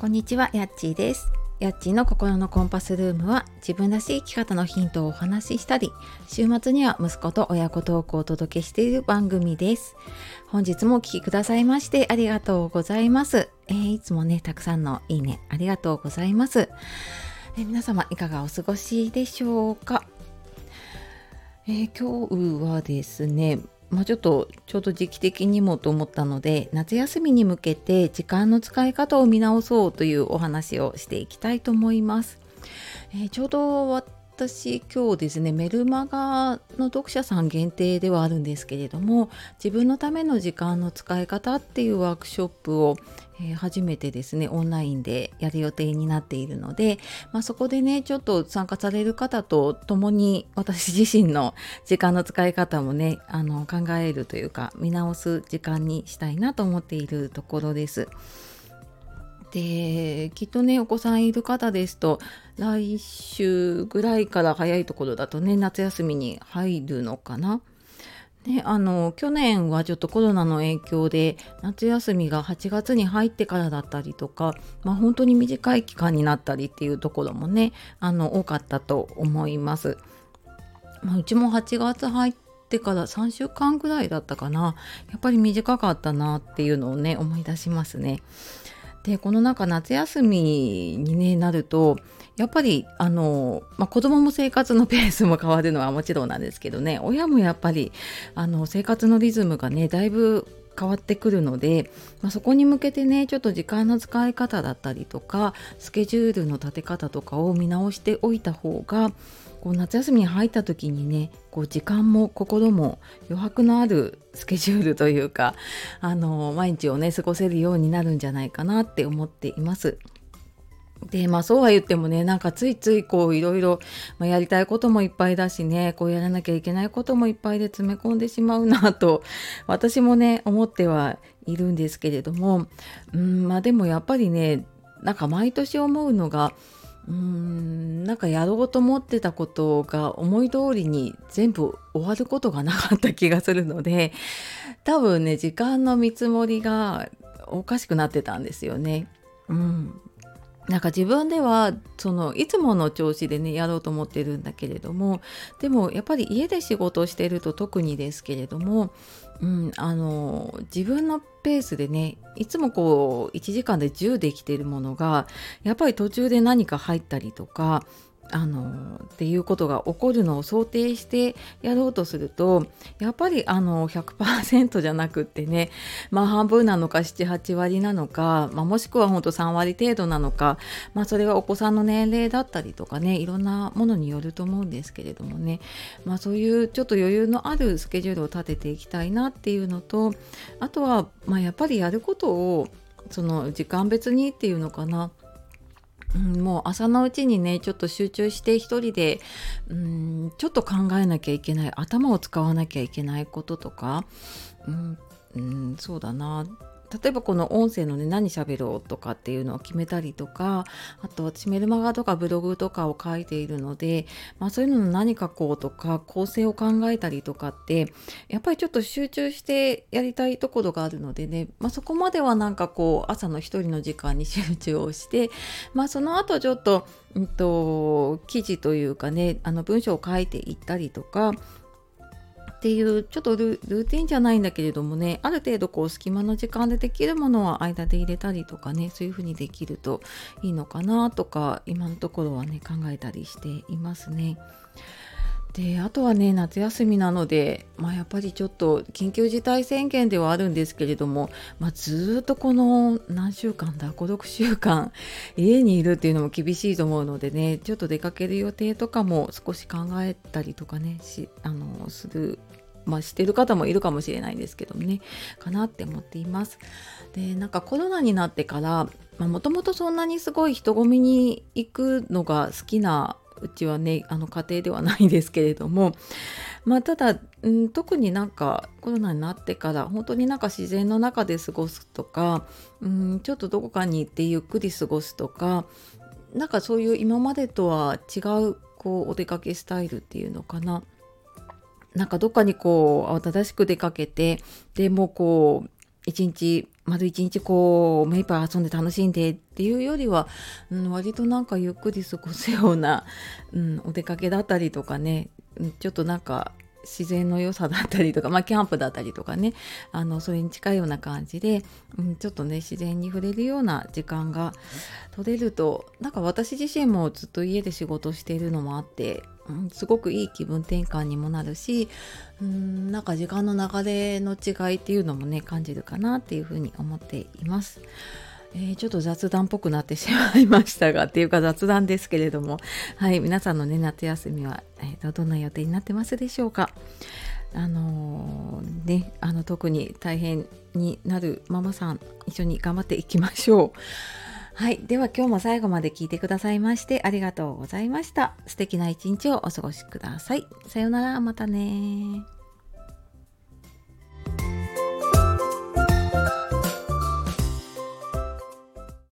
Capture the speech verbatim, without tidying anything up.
こんにちは、やっちーです。やっちーの心のコンパスルームは、自分らしい生き方のヒントをお話ししたり、週末には息子と親子トークをお届けしている番組です。本日もお聞きくださいましてありがとうございます。えー、いつもねたくさんのいいねありがとうございます。えー、皆様いかがお過ごしでしょうか。えー、今日はですねまあ、ちょっとちょうど時期的にもと思ったので、夏休みに向けて時間の使い方を見直そうというお話をしていきたいと思います。えー、ちょうど私今日ですねメルマガの読者さん限定ではあるんですけれども、自分のための時間の使い方っていうワークショップを、えー初めてですねオンラインでやる予定になっているので、まあ、そこでねちょっと参加される方と共に私自身の時間の使い方もねあの考えるというか見直す時間にしたいなと思っているところです。できっとねお子さんいる方ですと、来週ぐらいから早いところだとね夏休みに入るのかな。ね、あの去年はちょっとコロナの影響で夏休みがはちがつに入ってからだったりとか、まあ、本当に短い期間になったりっていうところもねあの多かったと思います。まあ、うちもはちがつ入ってからさんしゅうかんぐらいだったかな。やっぱり短かったなっていうのをね思い出しますね。でこの中夏休みに、ね、なるとやっぱりあの、まあ、子どもも生活のペースも変わるのはもちろんなんですけどね、親もやっぱりあの生活のリズムがねだいぶ変わってくるので、まあ、そこに向けてねちょっと時間の使い方だったりとかスケジュールの立て方とかを見直しておいた方が、こう夏休みに入った時にねこう時間も心も余白のあるスケジュールというか、あの毎日をね過ごせるようになるんじゃないかなって思っています。でまあそうは言ってもねなんかついついこういろいろまあやりたいこともいっぱいだしね、こうやらなきゃいけないこともいっぱいで詰め込んでしまうなと私もね思ってはいるんですけれども、うんまあでもやっぱりねなんか毎年思うのが、うーんなんかやろうと思ってたことが思い通りに全部終わることがなかった気がするので、多分ね時間の見積もりがおかしくなってたんですよね。うんなんか自分ではそのいつもの調子でねやろうと思ってるんだけれども、でもやっぱり家で仕事をしてると特にですけれども、うん、あの自分のペースでねいつもこういちじかんでじゅうできているものがやっぱり途中で何か入ったりとかあのっていうことが起こるのを想定してやろうとすると、やっぱりあのひゃくパーセントじゃなくってね、まあ半分なのかななはち割なのか、まあ、もしくはほんとさん割程度なのか、まあそれはお子さんの年齢だったりとかねいろんなものによると思うんですけれどもね、まあそういうちょっと余裕のあるスケジュールを立てていきたいなっていうのと、あとはまあやっぱりやることをその時間別にっていうのかな、うん、もう朝のうちにねちょっと集中して一人でうんちょっと考えなきゃいけない、頭を使わなきゃいけないこととか、うん、うん、そうだな、例えばこの音声のね何喋ろうとかっていうのを決めたりとか、あと私メルマガとかブログとかを書いているので、まあ、そういうのの何書こうとか構成を考えたりとかってやっぱりちょっと集中してやりたいところがあるのでね、まあ、そこまではなんかこう朝の一人の時間に集中をして、まあ、その後ちょっと、うんと、記事というかねあの文章を書いていったりとかっていうちょっとル、ルーティンじゃないんだけれどもね、ある程度こう隙間の時間でできるものは間で入れたりとかね、そういう風にできるといいのかなとか今のところはね考えたりしていますね。であとはね夏休みなので、まあ、やっぱりちょっと緊急事態宣言ではあるんですけれども、まあ、ずっとこの何週間だご、ろくしゅうかん家にいるっていうのも厳しいと思うのでね、ちょっと出かける予定とかも少し考えたりとかねしあのする、まあ、してる方もいるかもしれないんですけどもねかなって思っています。でなんかコロナになってからもともとそんなにすごい人混みに行くのが好きなうちはねあの家庭ではないですけれども、まあただ、うん、特になんかコロナになってから本当になんか自然の中で過ごすとか、うん、ちょっとどこかに行ってゆっくり過ごすとか、なんかそういう今までとは違うこうお出かけスタイルっていうのかな、なんかどっかにこう慌ただしく出かけてでもうこう一日丸一日こう目いっぱい遊んで楽しんでっていうよりは、うん、割となんかゆっくり過ごすような、うん、お出かけだったりとかね、うんちょっとなんか自然の良さだったりとか、まあ、キャンプだったりとかね、あのそれに近いような感じで、うん、ちょっとね自然に触れるような時間が取れると、なんか私自身もずっと家で仕事しているのもあって、うん、すごくいい気分転換にもなるし、うん、なんか時間の流れの違いっていうのもね感じるかなっていうふうに思っています。えー、ちょっと雑談っぽくなってしまいましたがっていうか雑談ですけれども、はい、皆さんのね夏休みは、えーと、どんな予定になってますでしょうか。あのー、ねあの特に大変になるママさん一緒に頑張っていきましょう。はい、では今日も最後まで聞いてくださいましてありがとうございました。素敵な一日をお過ごしください。さようなら、またね。